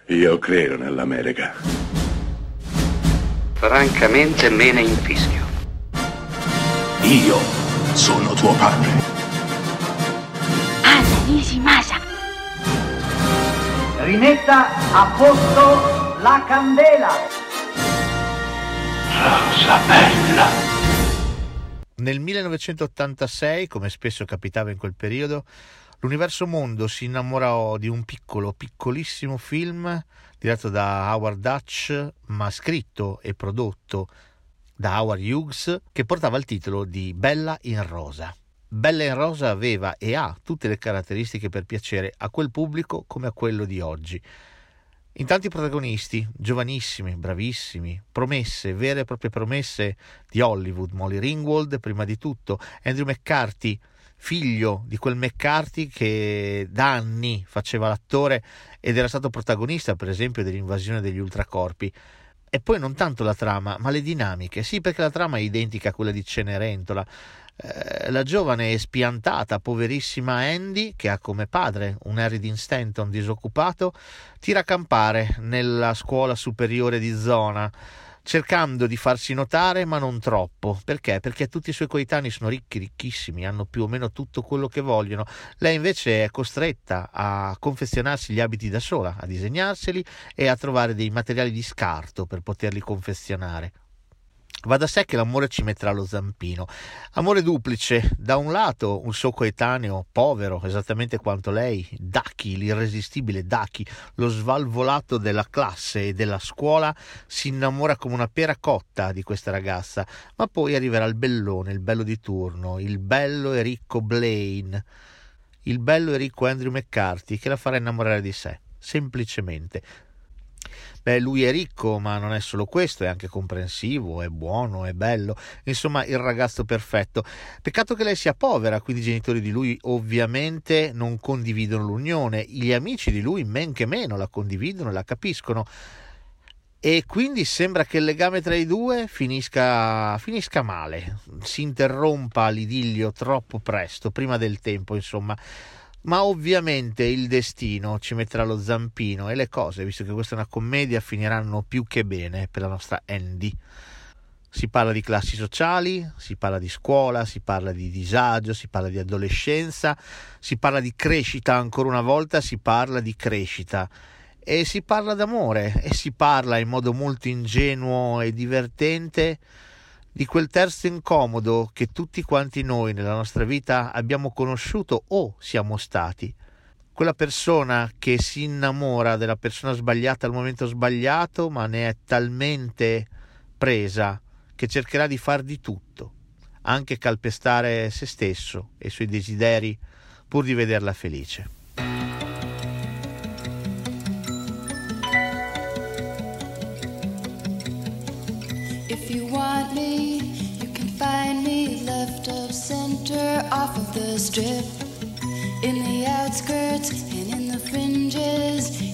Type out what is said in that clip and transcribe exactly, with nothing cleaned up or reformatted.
Io credo nell'America. Francamente me ne infischio. Io sono tuo padre. Anna Nishimasa. Rimetta a posto la candela. Rosa bella. Nel millenovecentottantasei, come spesso capitava in quel periodo, l'Universo Mondo si innamorò di un piccolo, piccolissimo film diretto da Howard Dutch, ma scritto e prodotto da Howard Hughes, che portava il titolo di Bella in Rosa. Bella in Rosa aveva e ha tutte le caratteristiche per piacere a quel pubblico come a quello di oggi. In tanti protagonisti, giovanissimi, bravissimi, promesse, vere e proprie promesse di Hollywood. Molly Ringwald, prima di tutto, Andrew McCarthy, figlio di quel McCarthy che da anni faceva l'attore ed era stato protagonista, per esempio, dell'invasione degli ultracorpi. E poi non tanto la trama, ma le dinamiche. Sì, perché la trama è identica a quella di Cenerentola. Eh, la giovane e spiantata, poverissima Andy, che ha come padre un Harry Dean Stanton disoccupato, tira a campare nella scuola superiore di zona, cercando di farsi notare, ma non troppo. Perché? Perché tutti i suoi coetanei sono ricchi, ricchissimi, hanno più o meno tutto quello che vogliono. Lei invece è costretta a confezionarsi gli abiti da sola, a disegnarseli e a trovare dei materiali di scarto per poterli confezionare. Va da sé che l'amore ci metterà lo zampino. Amore duplice: da un lato un suo coetaneo povero esattamente quanto lei, Ducky, l'irresistibile Ducky, lo svalvolato della classe e della scuola, si innamora come una pera cotta di questa ragazza, ma poi arriverà il bellone, il bello di turno, il bello e ricco Blaine, il bello e ricco Andrew McCarthy, che la farà innamorare di sé, semplicemente. Beh, lui è ricco, ma non è solo questo, è anche comprensivo, è buono, è bello, insomma il ragazzo perfetto. Peccato che lei sia povera, quindi i genitori di lui ovviamente non condividono l'unione, gli amici di lui men che meno la condividono, la capiscono, e quindi sembra che il legame tra i due finisca, finisca male, si interrompa l'idillio troppo presto, prima del tempo, insomma. Ma ovviamente il destino ci metterà lo zampino e le cose, visto che questa è una commedia, finiranno più che bene per la nostra Andy. Si parla di classi sociali, si parla di scuola, si parla di disagio, si parla di adolescenza, si parla di crescita, ancora una volta si parla di crescita. E si parla d'amore, e si parla in modo molto ingenuo e divertente di quel terzo incomodo che tutti quanti noi nella nostra vita abbiamo conosciuto o siamo stati. Quella persona che si innamora della persona sbagliata al momento sbagliato, ma ne è talmente presa che cercherà di far di tutto, anche calpestare se stesso e i suoi desideri, pur di vederla felice. If you want me, you can find me left of center off of the strip, in the outskirts and in the fringes.